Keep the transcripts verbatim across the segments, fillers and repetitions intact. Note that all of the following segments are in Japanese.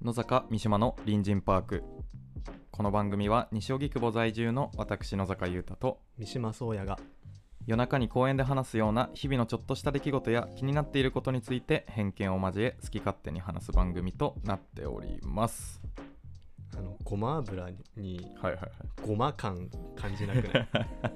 野坂三島の隣人パーク。この番組は西荻窪在住の私野坂優太と三島宗也が夜中に公園で話すような日々のちょっとした出来事や気になっていることについて偏見を交え好き勝手に話す番組となっております。 あのごま油にはいはいはい。 ごま感感じなくない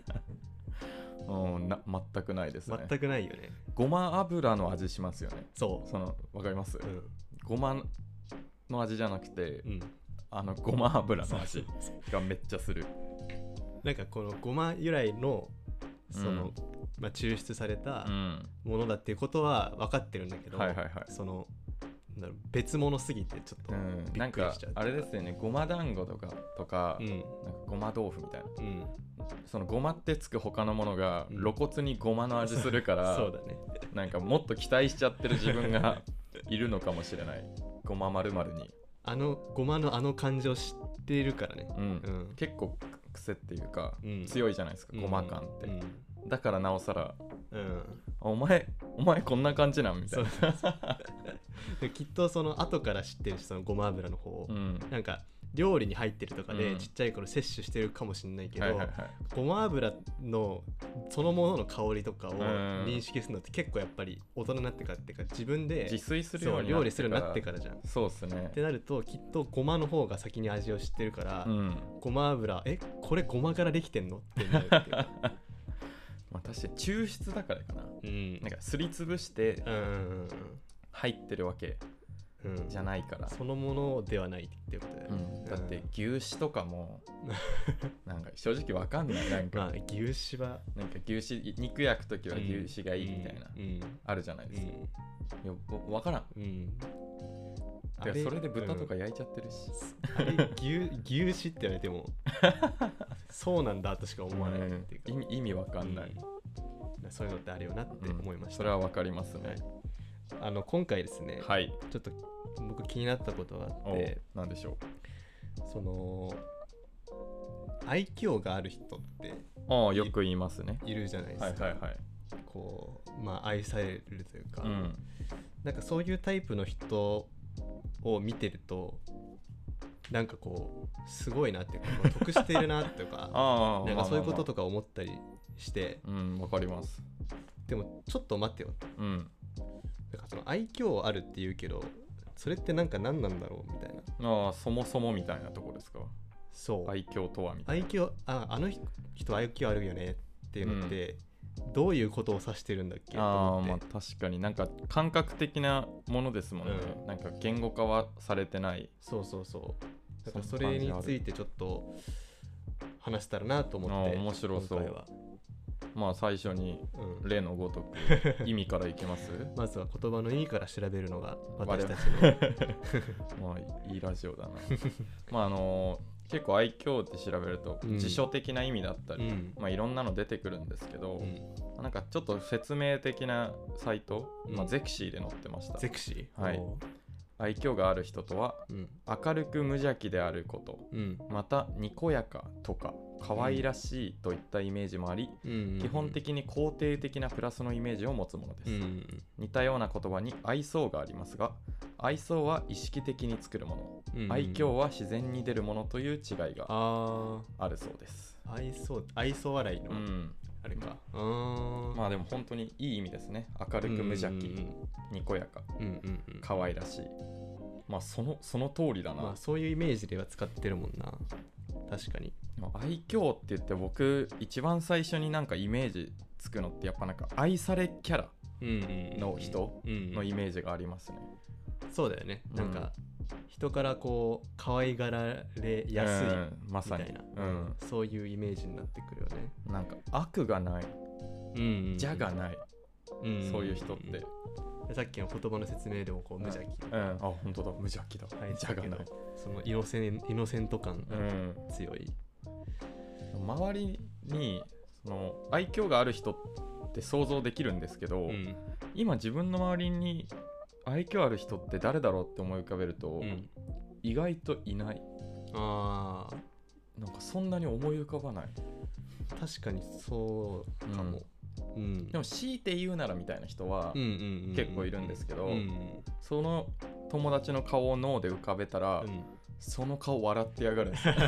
うんな全くないですね。 全くないよね。 ごま油の味しますよね。 そうそのわかります、 うん、 ごまの味じゃなくて、 うん、 あのごま油の味がめっちゃする。 なんかこのごま由来のその、 うんまあ、抽出されたうんものだっていうことは分かってるんだけど、 はいはいはい。 そのなんだろう別物すぎてちょっとうん、 びなんかっくりしちゃう。 あれですよね、ごま団子とかとか、 うんなんかごま豆腐みたいな、 うん、 そのごまってつく他のものがうん露骨にごまの味するから、 そうだね。 なんかもっと期待しちゃってる自分がいるのかもしれない。ごま丸々に、 あのごまのあの感じを知っているからね。 うんうん結構癖っていうか、 うん強いじゃないですか、ごま感って、 うんだからなおさらうんうんお前お前こんな感じなんみたいな。 そうそうできっとその後から知ってるし、そのごま油の方を、 うん、 なんか料理に入ってるとかで、 うんちっちゃい頃摂取してるかもしれないけど、 はいはいはい、 ごま油のそのものの香りとかをん認識するのって結構やっぱり大人になってからっていうか自分で自炊するよそううになってから料理するようになってからじゃん。っそうっすね。 てなるときっとごまの方が先に味を知ってるから、 うんごま油えこれごまからできてんのってなるっていうかまあ、確かに抽出だからかな。 うんなんかすりつぶしてうん入ってるわけうんうんじゃないから、 そのものではないっていうことだよね、 うん、だって牛脂とかもなんか正直わかんないなんか、 まあ牛脂はなんか牛脂肉焼くときは牛脂がいいみたいな、 うんうんあるじゃないですか、 うんいやわわからん。 うんうんてかそれで豚とか焼いちゃってるし、 あれ牛牛脂って言われてもそうなんだとしか思わないっていうか、 うん意味意味わかんない、 うんそういうのってあるよなって思いました、 それはわかりますね。 あの今回ですね、 はい、 ちょっと僕気になったことがあっおて、 なんでしょその愛嬌がある人ってう。ああよく言いますね。 いるじゃないですか、 はいはいはい。 こうまあ愛されるというか、 うんなんかそういうタイプの人を見てるとなんかこうすごいなっていうか得しているなとかああなんかそういうことかとか思ったりしてうんわかります。 でもちょっと待ってよと。 うんなんかその愛嬌あるって言うけどそれってなんか何なんだろうみたいな。 ああそもそもみたいなとこですか。 そう愛嬌とはみたいな。 愛嬌ああの人愛嬌あるよねっていうのって、どういうことを指してるんだっけとああ思って。 まあ確かになんか感覚的なものですもんね、 うん、 なんか言語化はされてない。 そうそうそうだからそそんな感じあるれについてちょっと話したらなと思って。 あー面白そう今回は、 まあ最初にうん、 例のごとく意味からいきますまずは言葉の意味から調べるのが我々 私たちのまあいいラジオだなまああの結構愛嬌って調べるとうん辞書的な意味だったり、 うんまあいろんなの出てくるんですけど、 うんなんかちょっと説明的なサイト、 うんまあ、ゼクシーで載ってました。 ゼクシー、 はいおー愛嬌がある人とはうん明るく無邪気であること、 うんまたにこやかとか可愛らしいといったイメージもあり、 うん、 基本的に肯定的なプラスのイメージを持つものです、 うん似たような言葉に愛想がありますが、愛想は意識的に作るもの、 うん、 愛嬌は自然に出るものという違いがああるそうです。 あ愛想愛想笑いの、 うんあれかあーまあでも本当にいい意味ですね。明るく無邪気、にこやか、 うんうんうん可愛らしい。まあそのその通りだな、 まあそういうイメージでは使ってるもんな。確かに。 まあ愛嬌って言って僕一番最初になんかイメージつくのってやっぱなんか愛されキャラの人のイメージがありますね、 うん、そうだよね。 うんなんか人からこう可愛がられやすいうんまさにみたいな、 うんそういうイメージになってくるよね。 なんか悪がない、 うんうんうん、 邪がない、 うんそういう人って、 でさっきの言葉の説明でもこう無邪気とか、 うん、あ本当だ無邪気だ、 はい、 邪がない、 そのイノセンイノセント感がうん、 強い。 周りにその愛嬌がある人って想像できるんですけど、 うん今自分の周りに愛嬌ある人って誰だろうって思い浮かべると、 うん、 意外といない。 あなんかそんなに思い浮かばない。 ー確かにそうかも。 うんうん、 でも強いて言うならみたいな人は結構いるんですけど、 うんうん、 その友達の顔を脳で浮かべたら、うん、その顔笑ってやがるんですよ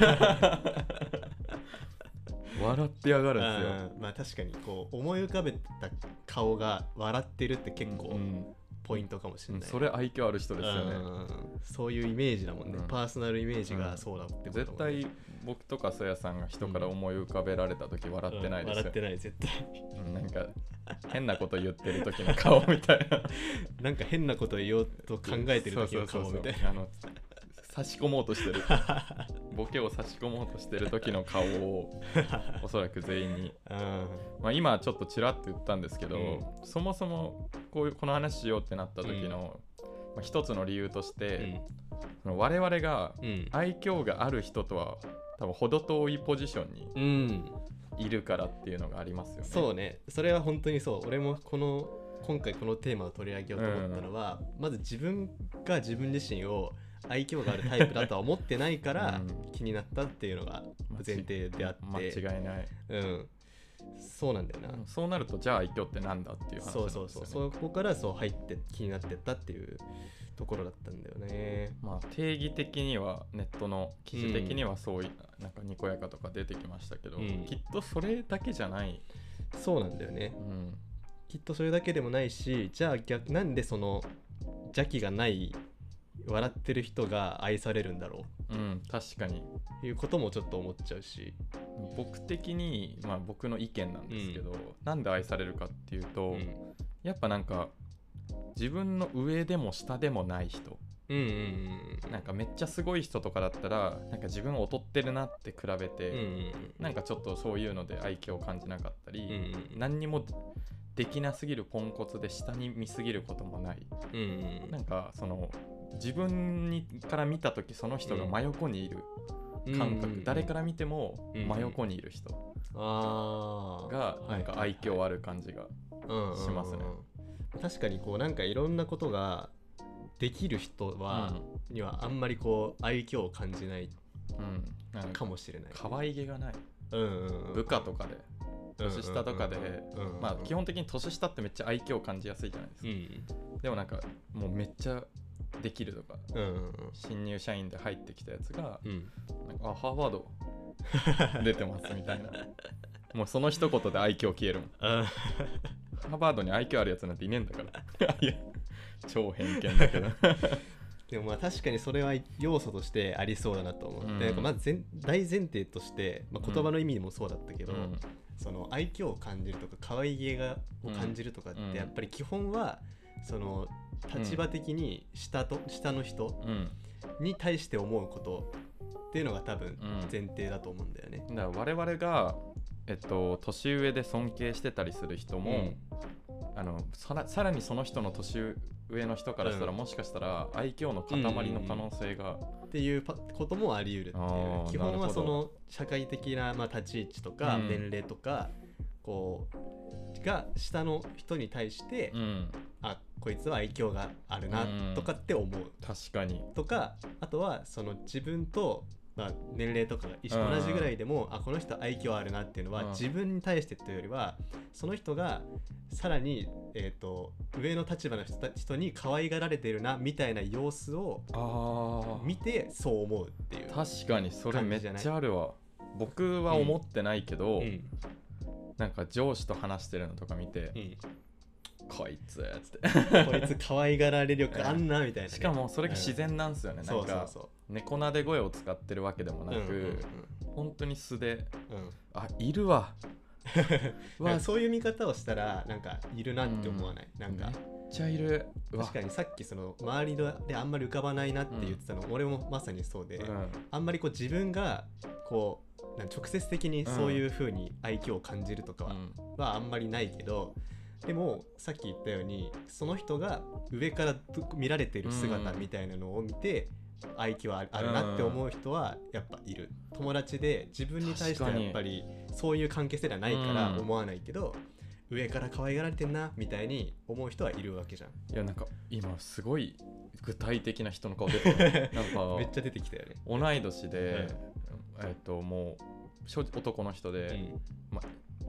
笑ってやがるんですよ。 あ、まあ確かにこう思い浮かべた顔が笑ってるって結構ポイントかもしれない、 うん、それ愛嬌ある人ですよね。 そういうイメージだもんね、うん、パーソナルイメージがそうだってこと、ね、 絶対僕とかそやさんが人から思い浮かべられた時笑ってないですよ、うん、 笑ってない絶対なんか変なこと言ってる時の顔みたいななんか変なこと言おうと考えてる時の顔みたいな、 あの差し込もうとしてるボケを差し込もうとしてる時の顔をおそらく全員に、まあ、今ちょっとちらっと言ったんですけど、うん、そもそもこういうこの話しようってなった時の、うんまあ、一つの理由として、うん、その我々が愛嬌がある人とは多分程遠いポジションにいるからっていうのがありますよね、うん、 そうね、それは本当にそう。俺もこの今回このテーマを取り上げようと思ったのは、うん、まず自分が自分自身を愛嬌があるタイプだとは思ってないから気になったっていうのが前提であって、 間違いない、 うん、そうなんだよな。 そうなるとじゃあ愛嬌ってなんだっていう話なんですよね。 そうそうそう、そこからそう入って気になってったっていうところだったんだよね。 まあ定義的にはネットの記事的にはそういう、うん、なんかにこやかとか出てきましたけど、うん、きっとそれだけじゃない。 そうなんだよね、うん、きっとそれだけでもないし、じゃあ逆なんでその邪気がない笑ってる人が愛されるんだろう、うん、確かにいうこともちょっと思っちゃうし、 僕的に、まあ、僕の意見なんですけど、うん、なんで愛されるかっていうと、うん、やっぱなんか自分の上でも下でもない人、うんうんうん、なんかめっちゃすごい人とかだったらなんか自分を劣ってるなって比べて、うんうん、なんかちょっとそういうので愛嬌を感じなかったり、うんうん、何にもできなすぎるポンコツで下に見すぎることもない、うんうん、なんかその自分にから見た時その人が真横にいる感覚、うん、誰から見ても真横にいる人がなんか愛嬌ある感じがしますね。 確かにこうなんかいろんなことができる人は、うん、にはあんまりこう愛嬌を感じないかもしれない、ね、 可愛げがない、うんうんうん、部下とかで年下とかで、うんうん、まあ基本的に年下ってめっちゃ愛嬌を感じやすいじゃないですか、うん、でもなんかもうめっちゃできるとか、うんうんうん、新入社員で入ってきたやつが、うん、なんかあハーバード出てますみたいなもうその一言で愛嬌消えるもんハーバードに愛嬌あるやつなんていねえんだからいや超偏見だけどでもまあ確かにそれは要素としてありそうだなと思って、うん、なんかまず前大前提として、まあ、言葉の意味もそうだったけど、うん、その愛嬌を感じるとか可愛げがを感じるとかってやっぱり基本はその立場的に下と、うん、下の人に対して思うことっていうのが多分前提だと思うんだよね、 うん、だから我々が、えっと、年上で尊敬してたりする人も、うん、あの さら、さらにその人の年上の人からしたら、うん、もしかしたら愛嬌の塊の可能性が、うんうん、 っていうこともあり得るっていう基本はその社会的な、まあ、立ち位置とか年齢とか、うん、こうが下の人に対して、うん、あこいつは愛嬌があるなとかって思う、うん、 確かにとかあとはその自分と、まあ、年齢とかが一緒同じぐらいでも、うん、あこの人愛嬌あるなっていうのは、うん、自分に対してというよりはその人がさらに、えーと、上の立場の 人, 人に可愛がられてるなみたいな様子を見てそう思うっていう、 確かにそれめっちゃあるわ。僕は思ってないけど、うんうん、なんか上司と話してるのとか見て、うんこいつってこいつ可愛がられ力あんなみたいな、ね、 しかもそれが自然なんすよね、うん、なんかそうそうそう猫なで声を使ってるわけでもなく、うんうんうん、本当に素で、うん、あいるわわそういう見方をしたらなんかいるなって思わない、うん、なんかめっちゃいる。 確かにさっきその周りであんまり浮かばないなって言ってたの、うん、俺もまさにそうで、うん、あんまりこう自分がこう直接的にそういう風に愛嬌を感じるとかは、うん、はあんまりないけど、でもさっき言ったようにその人が上から見られてる姿みたいなのを見て、うん、愛嬌あるなって思う人はやっぱいる。友達で自分に対してはやっぱりそういう関係性ではないから思わないけど、うん、上から可愛がられてんなみたいに思う人はいるわけじゃん。 いやなんか今すごい具体的な人の顔出てきたなんかめっちゃ出てきたよね。 同い年で、うん、えっともう男の人で、うんま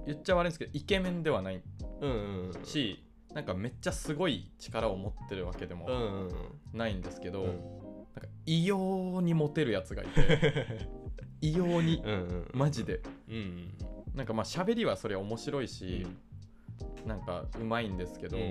言っちゃ悪いんですけどイケメンではないし、 うんうんうん、 なんかめっちゃすごい力を持ってるわけでもないんですけど、うんうんうん、なんか異様にモテるやつがいて異様に、うんうん、マジで、うんうん、なんかまあ喋りはそれ面白いし、うん、なんかうまいんですけど、うん、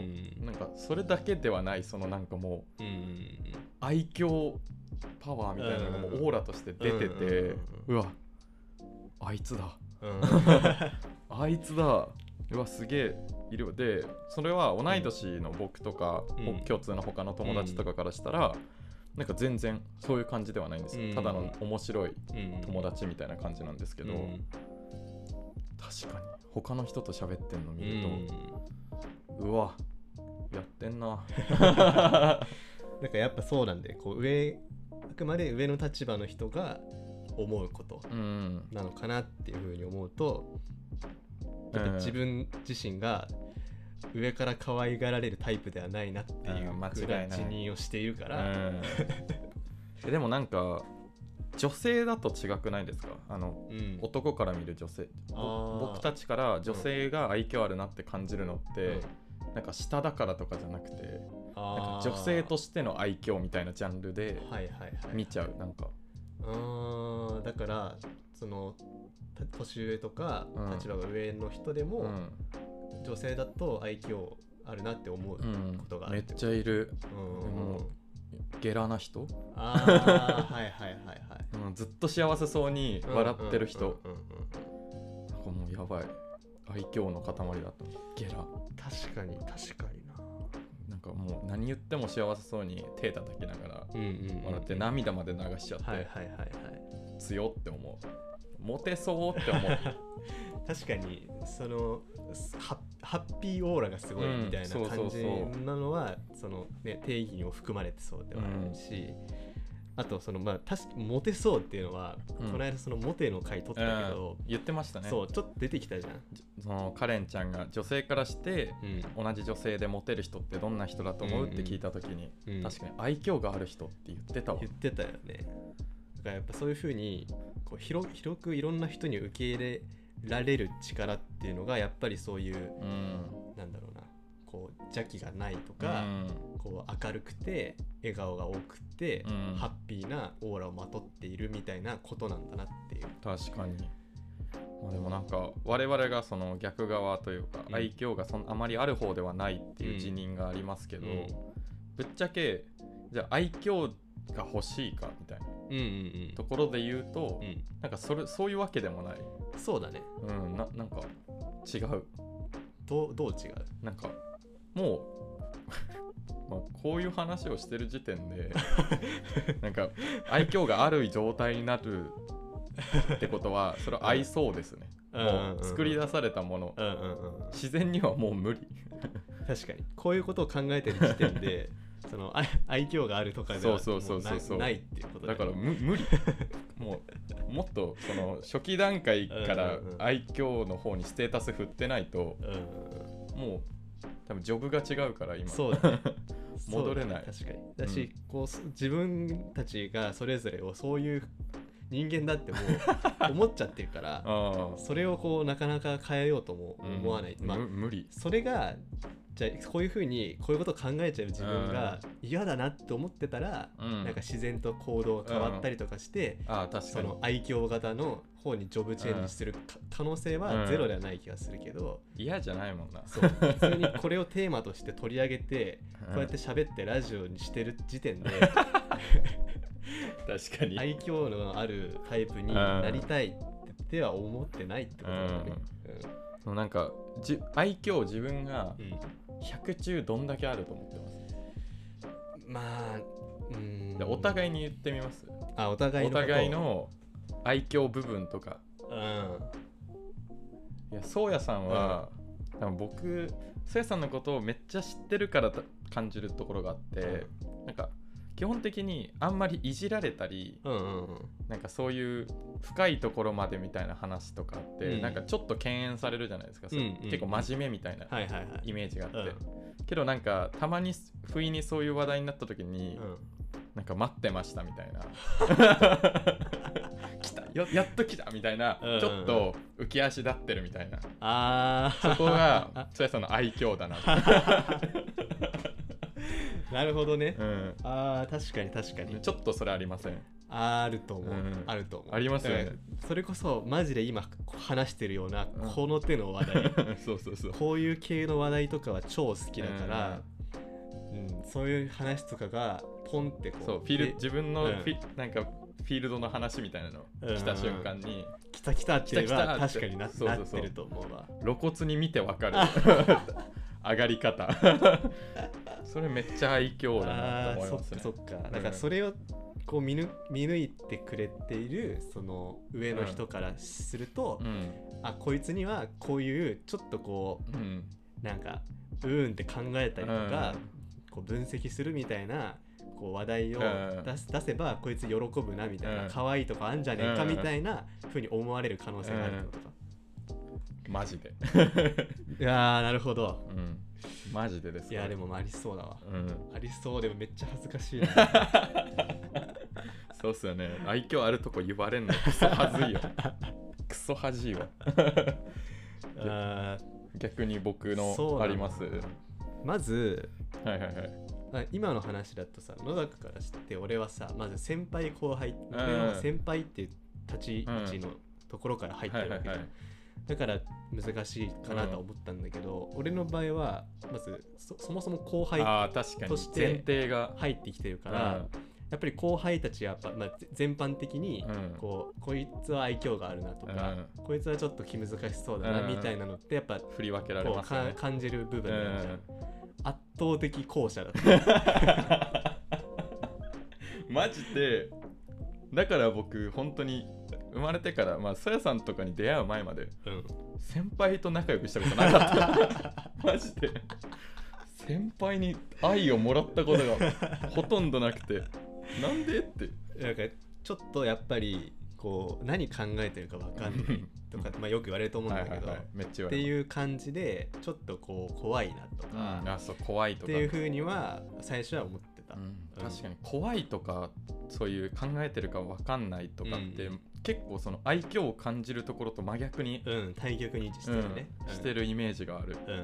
なんかそれだけではないそのなんかもう、うんうん、愛嬌パワーみたいなのがもうオーラとして出てて、うんうんうんうん、うわあいつだ、うん、あいつだうわすげえいるでそれは同い年の僕とか、うん、共通の他の友達とかからしたら、うん、なんか全然そういう感じではないんですよ、うん、ただの面白い友達みたいな感じなんですけど、うん、確かに他の人と喋ってんの見ると、うん、うわやってんななんかやっぱそうなんでこう上あくまで上の立場の人が思うことなのかなっていうふうに思うと、うん、だって自分自身が上から可愛がられるタイプではないなっていうくらい自認をしているから、 うん、でもなんか女性だと違くないですかあの、うん、男から見る女性僕たちから女性が愛嬌あるなって感じるのって、うん、なんか下だからとかじゃなくてなんか女性としての愛嬌みたいなジャンルで見ちゃうなんかあだからその年上とか立場が上の人でも、うん、女性だと愛嬌あるなって思うことがある、 うん、めっちゃいる、うんうん、ゲラな人あはいはいはいはい、 うん、ずっと幸せそうに笑ってる人なんかもうやばい愛嬌の塊だとゲラ確かに確かにななんかもう何言っても幸せそうに手叩きながら笑って涙まで流しちゃって、はいはいはいはい、強って思うモテそうって思う確かにそのハッピーオーラがすごいみたいな感じなのはそのね定義にも含まれてそうではあるし、うん、あとそのまあ確かにモテそうっていうのは、うん、この間そのモテの回取ったけど、 うん、言ってましたねそうちょっと出てきたじゃんそのカレンちゃんが女性からして、うん、同じ女性でモテる人ってどんな人だと思う、うん、って聞いた時に、うん、確かに愛嬌がある人って言ってたわ言ってたよねだからやっぱそういう風にこう 広, 広くいろんな人に受け入れられる力っていうのがやっぱりそういう、うん、なんだろうなこう邪気がないとか、うん、こう明るくて笑顔が多くて、うん、ハッピーなオーラをまとっているみたいなことなんだなっていう確かに、まあ、でもなんか我々がその逆側というか、うん、愛嬌がそのあまりある方ではないっていう自認がありますけど、うん、ぶっちゃけじゃあ愛嬌が欲しいかみたいな、うんうんうん、ところで言うと、うん、なんかそれそういうわけでもないそうだねうんななんか違うどうどう違うなんかもうまあこういう話をしてる時点でなんか愛嬌がある状態になるってことはそれは愛そうですね、うん、もう作り出されたもの、うんうんうん、自然にはもう無理確かにこういうことを考えてる時点でその愛嬌があるとかではないっていうことだ、 ね、だから無理もうもっとその初期段階から愛嬌の方にステータス振ってないと、うんうん、もう多分ジョブが違うから今そうだ、ね、 戻れない確かにだし、うん、こう自分たちがそれぞれをそういう人間だってもう思っちゃってるからそれをこうなかなか変えようとも思わない、 うんまあ、無理それがじゃあこういう風にこういうことを考えちゃう自分が嫌だなって思ってたら、うん、なんか自然と行動変わったりとかして、うん、あ確かにその愛嬌型の方にジョブチェンジする可能性はゼロではない気がするけど、 うん、嫌じゃないもんなそう普通にこれをテーマとして取り上げてこうやって喋ってラジオにしてる時点で確かに愛嬌のあるタイプになりたいっては思ってないってことだよね、 うんうん、なんかじ愛嬌自分がひゃく中どんだけあると思ってます？ まあうーんお互いに言ってみます？ あお互いのお互いの愛嬌部分とか、うん、いやそうやさんは、うん、僕そうやさんのことをめっちゃ知ってるから感じるところがあって、うん、なんか基本的にあんまりいじられたり、うんうんうん、なんかそういう深いところまでみたいな話とかって、うん、なんかちょっと敬遠されるじゃないですか、うんうん、結構真面目みたいなイメージがあって、はいはいはいうん、けどなんかたまに不意にそういう話題になった時に、うん、なんか待ってましたみたいな来た や, やっと来たみたいな、うんうん、ちょっと浮き足立ってるみたいな、 あそこがそれその愛嬌だななるほどね、 うん、 あ確かに確かにちょっとそれありません？ あると思う、うん、あると思う、 ありますよね、 うん、それこそマジで今話してるようなこの手の話題、 うん、そうそうそう、 こういう系の話題とかは超好きだから、うんうん、そういう話とかがポンってこう、 そうフィル自分のフィ、うん、なんかフィールドの話みたいなの来た瞬間に、 うん、来た来たっていうのは確かに な, そうそうそうなってると思うわ。 露骨に見てわかる上がり方それめっちゃ愛嬌だなと思いますね。 そっかそっか、だからそれをこう 見, ぬ見抜いてくれているその上の人からすると、うん、あこいつにはこういうちょっとこう、うん、なんかうーんって考えたりとか、うん、こう分析するみたいなこう話題を出 す、うん、出せばこいつ喜ぶなみたいな、うん、可愛いとかあんじゃねえかみたいな風に思われる可能性があるってことか、 うん、マジでいやーなるほど、 うん、マジでですか。 いやでもありそうだわ、 うん、 ありそうでもめっちゃ恥ずかしいなそうっすよね、愛嬌あるとこ言われんのクソ恥ずいよクソ恥じいわあ逆に僕のあります？ まず、 はいはいはい、 今の話だとさ、野中からして俺はさ、まず先輩後輩、俺は先輩っていう立ち位置のところから入ってるわけじゃん、だから難しいかなと思ったんだけど、うん、俺の場合はまず そ, そもそも後輩として前提が入ってきてるから、うん、やっぱり後輩たちはやっぱ、まあ、全般的にこう、うん、こいつは愛嬌があるなとか、うん、こいつはちょっと気難しそうだなみたいなのってやっぱ振り分けられますよね、 感じる部分なんじゃん、うん、圧倒的後者だったマジでだから僕本当に生まれてからまあそやさんとかに出会う前まで、うん、先輩と仲良くしたことなかったマジで先輩に愛をもらったことがほとんどなくてなんでってなんかちょっとやっぱりこう何考えてるか分かんないとかまあよく言われると思うんだけど、はいはいはい、めっちゃっていう感じでちょっとこう怖いなとか、 うん、あそう怖いとかっていう風には最初は思ってた、うん、 確かに怖いとかそういう考えてるか分かんないとかって、うん、結構その愛嬌を感じるところと真逆に、 うん、対極に位置してるね、 うん、してるイメージがある、うんうんうん、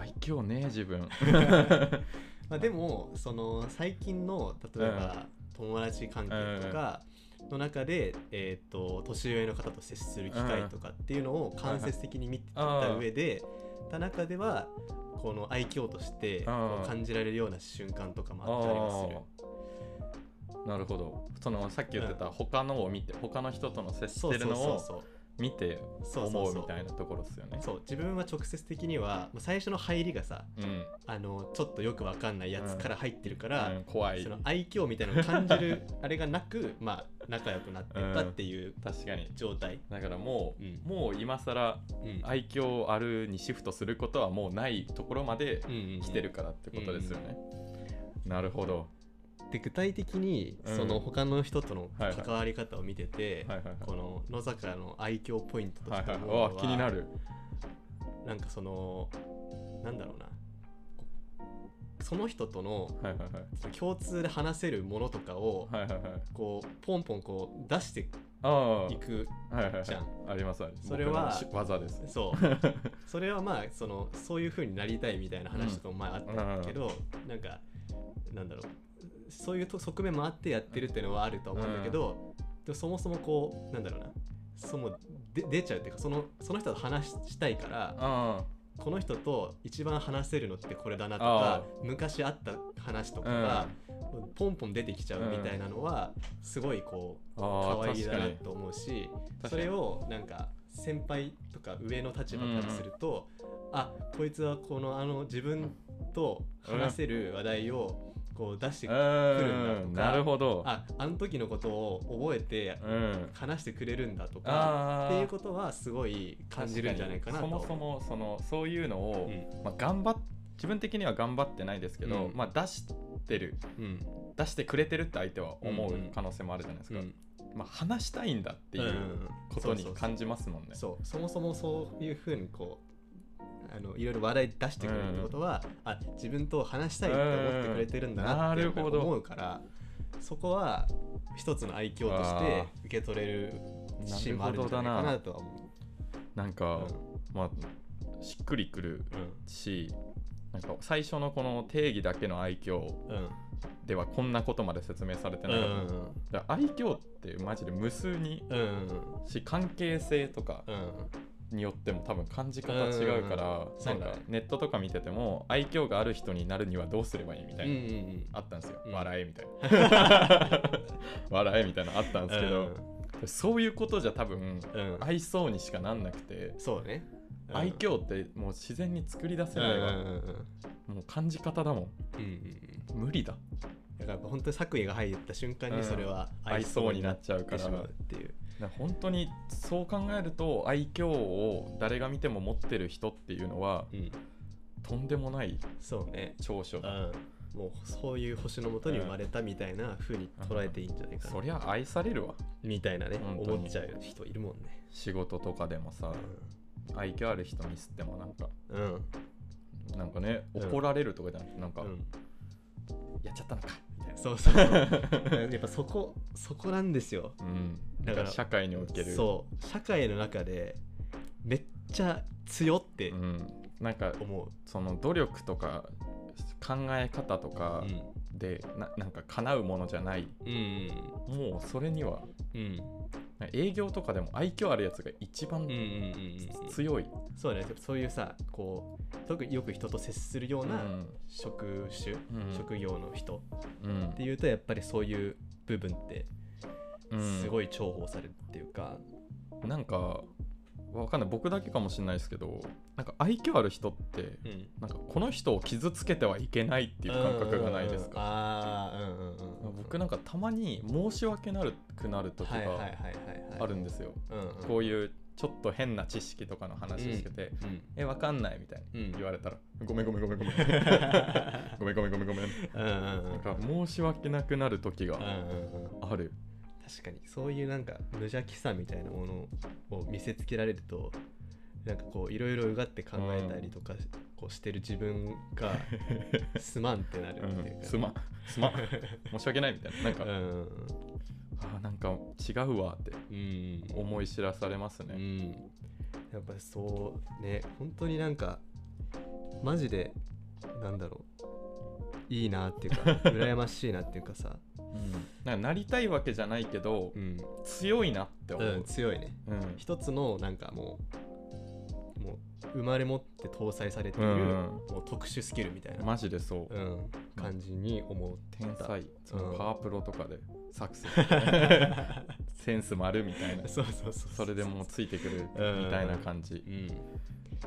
愛嬌ね自分まあでもその最近の例えば友達関係とかの中で、えーと、年上の方と接する機会とかっていうのを間接的に見てた上で、た中ではこの愛嬌として感じられるような瞬間とかもあったりもする。なるほど。そのさっき言ってた他のを見て、うん、他の人との接してるのを見て思うみたいなところですよね。 そう、自分は直接的には最初の入りがさ、うん、あのちょっとよくわかんないやつから入ってるから、うんうん、 怖い。 その愛嬌みたいなのを感じるあれがなく、まあ仲良くなってったっていう、 うん、確かに状態。 だからもう、うん、もう今更愛嬌あるにシフトすることはもうないところまで来てるからってことですよね。うんうん、なるほど。 で具体的にその他の人との関わり方を見てて、うんはいはい、この野坂の愛嬌ポイントとして思うのは、はいはい、 気になる。 なんかそのなんだろうな、その人との共通で話せるものとかをこうポンポンこう出していくじゃん。 はいはいはい、ありますあります。 それは技です。 そうそれはまあそのそういう風になりたいみたいな話とかも前あったけど、うん、なんかなんだろう、そういう側面もあってやってるっていうのはあると思うんだけど、うん、でもそもそもこうなんだろうな、そので出ちゃうっていうか、そのその人と話したいから、うん、この人と一番話せるのってこれだなとか、昔あった話とかが、うん、ポンポン出てきちゃうみたいなのは、すごいこう可愛いだなと思うし、それをなんか先輩とか上の立場からすると、うん、あ、こいつはこのあの自分と話せる話題をこう出してくるんだとか、 なるほど、 あ、あの時のことを覚えて話してくれるんだとか、うん、っていうことはすごい感じるんじゃないかなと。 そもそもそのそういうのを、うん、まあ、頑張っ自分的には頑張ってないですけど、うん、まあ、出してる、うん、出してくれてるって相手は思う可能性もあるじゃないですか、うん、まあ、話したいんだっていうことに感じますもんね。 そう、そもそもそういうふうにこうあのいろいろ話題出してくれるってことは、うん、あ、自分と話したいって思ってくれてるんだなって思うから、 そこは一つの愛嬌として受け取れるシーンもあるんじゃないかなとは思う。 なんか、うん、まあしっくりくるし、うん、なんか最初のこの定義だけの愛嬌ではこんなことまで説明されてないかった、うんうん、だから愛嬌ってマジで無数に、うんうん、し関係性とか、うんによっても多分感じ方違うから、うん、なんかネットとか見てても愛嬌がある人になるにはどうすればいいみたいな、うんうんうん、あったんですよ、うん、笑えみたいな笑えみたいなあったんですけど、うん、そういうことじゃ多分、うん、愛想にしかなんなくて、 そうね、 うん、愛嬌ってもう自然に作り出せないわ、うんうんうん、もう感じ方だもん、うんうん、無理だ。 だから本当に作為が入った瞬間にそれは愛想になっちゃうからっていう、 本当にそう考えると愛嬌を誰が見ても持ってる人っていうのは、うん、とんでもない長所だ、 うん、もうそういう星の下に生まれたみたいな風に捉えていいんじゃないかな、 うん、そりゃ愛されるわみたいなね思っちゃう人いるもんね。 仕事とかでもさ、うん、愛嬌ある人ミスってもなんか、うん、なんかね怒られるとかじゃなくてなんか、うん、やっちゃったのかみたいな、 そうそうやっぱそこそこなんですよ、 うん、だから社会における、 そう社会の中でめっちゃ強って思う、うん、 なんかその努力とか考え方とかで、うん、な, なんか叶うものじゃない、うんうん、もうそれには、うん、営業とかでも愛嬌あるやつが一番強い、うんうんうんうん、 そうね、そういうさこう特によく人と接するような職種、うん、職業の人、うん、っていうとやっぱりそういう部分ってすごい重宝されるっていうか、 うん、なんかわかんない僕だけかもしれないですけどなんか愛嬌ある人って、うん、なんかこの人を傷つけてはいけないっていう感覚がないですか。あ、うんうんうん、僕なんかたまに申し訳なくなる時があるんですよ。こういうちょっと変な知識とかの話してて、うんうん、えわかんないみたいに言われたら、うん、ごめんごめんごめんごめんごめんごめんごめんごめんなんか申し訳なくなる時がある。 確かにそういうなんか無邪気さみたいなものを見せつけられるとなんかこういろいろうがって考えたりとか、うん、こうしてる自分がすまんってなるっていうか、 うん、すまんすまん申し訳ないみたいななんか、うん、あなんか違うわって思い知らされますね、うん、 やっぱりそうね本当になんかマジでなんだろういいなっていうか羨ましいなっていうかさうん、なんかなりたいわけじゃないけど、うん、強いなって思う、うん、 強いね、うん、一つのなんかもうもう生まれ持って搭載されている、うん、もう特殊スキルみたいなマジでそう、うん、 感じに思う天才そのパワープロとかでサクセスセンスもあるみたいなそうそうそうそうそれでもうついてくるみたいな感じ、うん、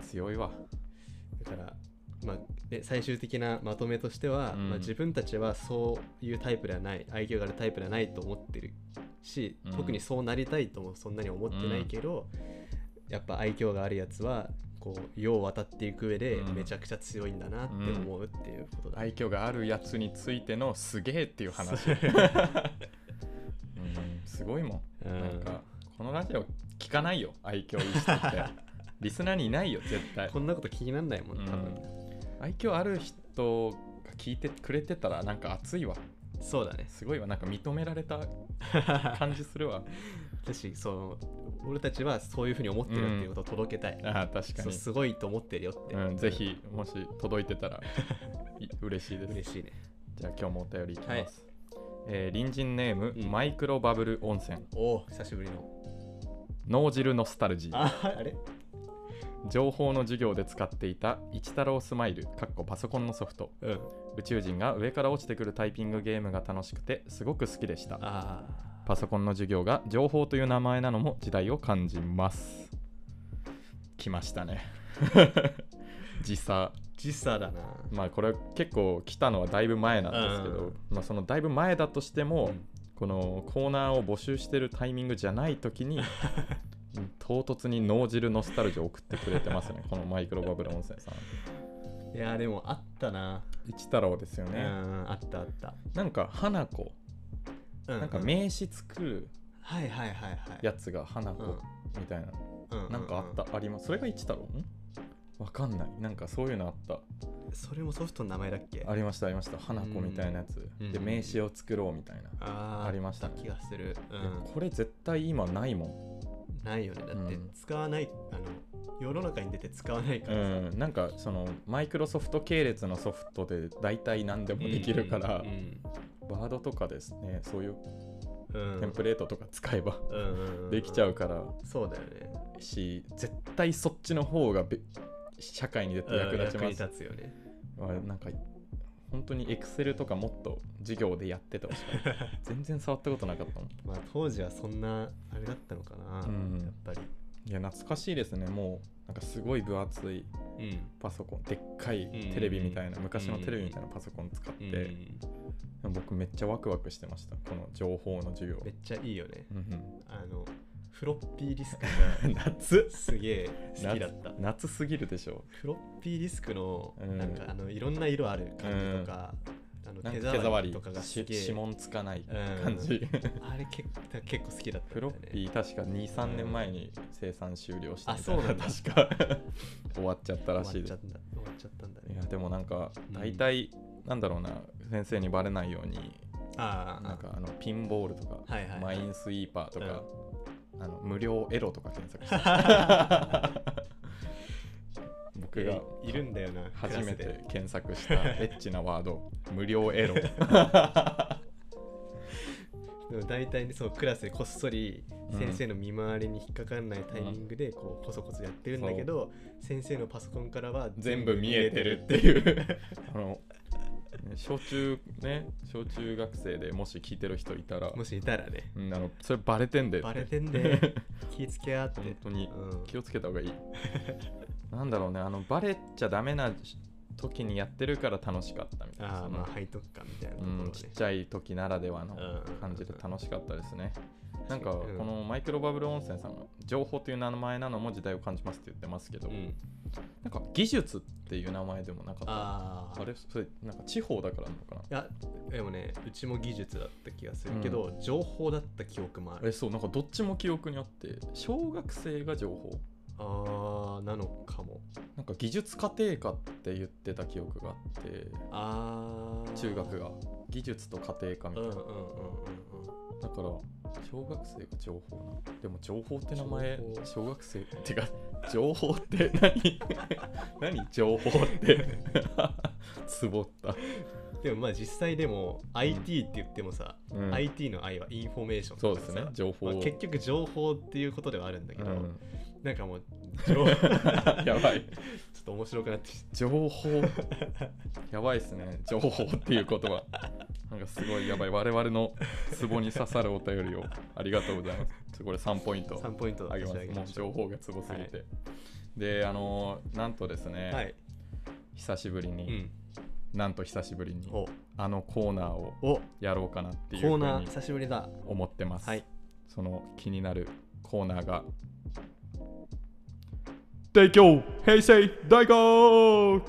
強いわ。 だからまあ、で最終的なまとめとしては、うんまあ、自分たちはそういうタイプではない愛嬌があるタイプではないと思ってるし、うん、特にそうなりたいともそんなに思ってないけど、うん、やっぱ愛嬌があるやつはこう世を渡っていく上でめちゃくちゃ強いんだなって思うっていうことだ、 ねうん、愛嬌があるやつについてのすげえっていう話、うん、すごいもん、うん、なんかこのラジオ聞かないよ愛嬌意識ってリスナーにいないよ絶対こんなこと気になんないもん多分、 うん愛嬌ある人が聞いてくれてたらなんか熱いわ。 そうだねすごいわなんか認められた感じするわ私そう俺たちはそういう風に思ってるっていうことを届けたい、 うん、あ確かにすごいと思ってるよって、 うん、ぜひもし届いてたら嬉しいです嬉しいね。 じゃあ今日もお便りいきます、はいえー、隣人ネーム、うん、マイクロバブル温泉。 お久しぶりの脳汁ノスタルジー。 ああれ情報の授業で使っていた一太郎スマイルかっこパソコンのソフト、うん、宇宙人が上から落ちてくるタイピングゲームが楽しくてすごく好きでした。あパソコンの授業が情報という名前なのも時代を感じます。来ましたね時差時差だな。 まあこれ結構来たのはだいぶ前なんですけど、うんまあ、そのだいぶ前だとしても、うん、このコーナーを募集してるタイミングじゃない時に唐突に脳汁ノスタルジーを送ってくれてますねこのマイクロバブル温泉さん。いやでもあったな一太郎ですよね。 うんあったあった。 なんか花子、うんうん、なんか名刺作るはいはいはいはいやつが花子みたいな、うん、なんかあった、うんうん、あります。それが一太郎んわかんないなんかそういうのあった。 それもソフトの名前だっけ？ ありましたありました。花子みたいなやつ、うん、で名刺を作ろうみたいな、 あ, ありました、 ね、気がする、 うん、これ絶対今ないもん。 ないよね。だって使わない、うん、あの世の中に出て使わないからさ、 うん、なんかそのマイクロソフト系列のソフトで大体何でもできるから、うんうん、ワードとかですね、そういうテンプレートとか使えば、うん、できちゃうから、 そうだよね。 し絶対そっちの方が社会に出て役立ちます。 役に立つよね。 まあ、なんか本当に Excel とかもっと授業でやっててほしかった。全然触ったことなかったもん。 まあ当時はそんなあれだったのかな、うん、やっぱり。いや懐かしいですね。もうなんかすごい分厚いパソコン、うん、でっかいテレビみたいな、うん、昔のテレビみたいなパソコン使って、うん、僕めっちゃワクワクしてました。この情報の授業めっちゃいいよね、うん、あのフロッピーディスクが夏すげえ好きだった。 夏, 夏すぎるでしょ。 フロッピーディスクのなんか、うん、あのいろんな色ある感じとか、うん、あの手触りとかがすげえ指紋つかない感じ、うん、 あれ結構結構好きだったんだよね。フロッピー確か にさんねんまえに生産終了して、 うん、あそうなんだ確か終わっちゃったらしいです。 終わっちゃった終わっちゃったんだね。 いやでもなんか大体、うん、なんだろうな、先生にバレないようにあなんかあのピンボールとか、 はいはいはい、 マインスイーパーとか、うん、あの無料エロとか検索して僕がいるんだよな、 初めて検索したエッチなワード無料エロでも大体ね、そうクラスでこっそり先生の見回りに引っかかんないタイミングでこうコソコソやってるんだけど、うん、先生のパソコンからは全部見えてるっていうあの小中ね、小中学生でもし聞いてる人いたら、 もしいたらね、 うん、あのそれバレてんでバレてんで気つけあって本当に気をつけた方がいい、うん、なんだろうね、あのバレちゃダメな時にやってるから楽しかったみたいな。 ああ、まあ背徳感みたいなところ、ね、 うん、ちっちゃい時ならではの感じで楽しかったですね。なんかこのマイクロバブル温泉さんが情報という名前なのも時代を感じますって言ってますけど、うん、なんか技術っていう名前でもなかった。ああれそれなんか地方だからなのかな。 いやでもね、うちも技術だった気がするけど、うん、情報だった記憶もある。 えそうなんかどっちも記憶にあって、小学生が情報、 あーなのかも。 なんか技術家庭科って言ってた記憶があって、 あ中学が技術と家庭科みたいな、うんうんうんうん、だから小学生が情報な。でも情報って名前小学生ってか情報って何何情報ってつぼった。 でもまあ実際でも アイティー って言ってもさ、うん、アイティー の I はインフォメーションとかさ、そうですね、情報、 まあ、結局情報っていうことではあるんだけど、うん、なんかもう情報やばい、 ちょっと面白くなってきて、 情報やばいっすね、情報っていう言葉なんかすごいやばい。我々のツボに刺さるお便りをありがとうございます。これさんポイントさんポイントあげます。もう情報がツボすぎて、はい、であのなんとですね、はい、久しぶりに、うんなんと久しぶりにあのコーナーをやろうかなっていうふうに思ってます。はい、その気になるコーナーが帝京平成大学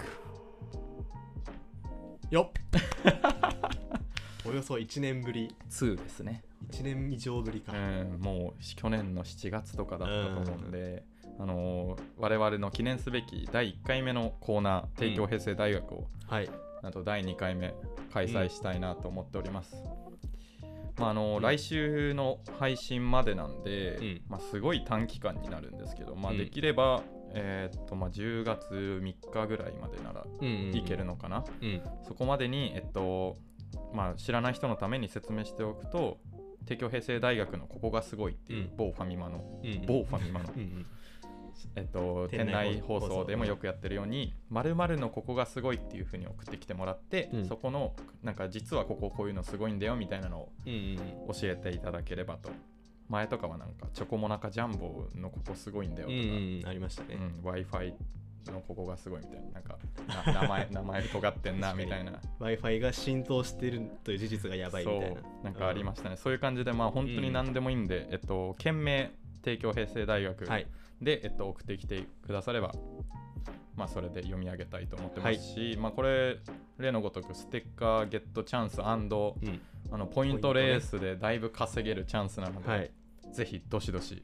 よっおよそいちねんぶりにですね。 いちねん以上ぶりか、 うん、もう去年のしちがつとかだったと思うんで、うん、あのー、我々の記念すべきだいいっかいめのコーナー帝京平成大学を、うん、はいなんとだいにかいめ開催したいなと思っております。うんまああのうん、来週の配信までなんで、うんまあ、すごい短期間になるんですけど、まあ、できれば、うんえーっとまあ、じゅうがつみっかぐらいまでならいけるのかな、うんうんうん、そこまでに、えっとまあ、知らない人のために説明しておくと、帝京平成大学のここがすごいっていう、うん、某ファミマの、うん、某ファミマのえっと、店内放送でもよくやってるように、〇〇のここがすごいっていう風に送ってきてもらって、うん、そこのなんか実はこここういうのすごいんだよみたいなのを教えていただければと。前とかはなんかチョコモナカジャンボのここすごいんだよとか、うんうん、ありましたね、 うん、Wi-Fi のここがすごいみたいな、なんかな名前名前尖ってんなみたいな Wi-Fi が浸透してるという事実がやばいみたいな、 そうなんかありましたね、うん、そういう感じでまあ本当に何でもいいんで、うん、えっと件名帝京平成大学、はいで、えっと、送ってきてくだされば、まあ、それで読み上げたいと思ってますし、はいまあ、これ例のごとくステッカーゲットチャンス&、うん、あのポイントレースでだいぶ稼げるチャンスなので、はい、ぜひどしどし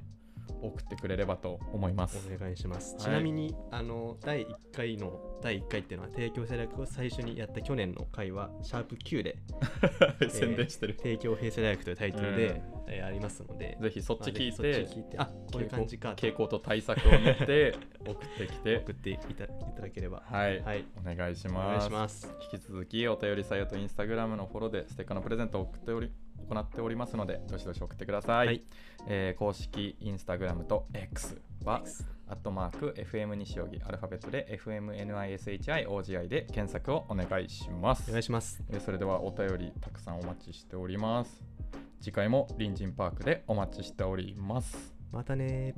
送ってくれればと思います。 お願いします。はい、ちなみにあのだいいっかいのだいいっかいっていうのは提供制大学を最初にやった去年の回はシャープきゅうで宣伝してる、 えー、提供平成大学というタイトルで、うんえー、ありますので、 ぜひそっち聞いて、 まあ、そっち聞いてあこういう感じか傾向と対策を練って送ってきて送っていた, いただければはい、はい、お願いします。お願いします。引き続きお便りサイトとインスタグラムのフォローでステッカーのプレゼントを送っており行っておりますので、どしどし送ってください。はいえー、公式インスタグラムと X はアットマーク エフエム 西荻アルファベットで エフエムエヌアイエスエイチアイオージーアイ で検索をお願いします。 お願いします。 えー、それではお便りたくさんお待ちしております。次回も隣人パークでお待ちしております。 またね。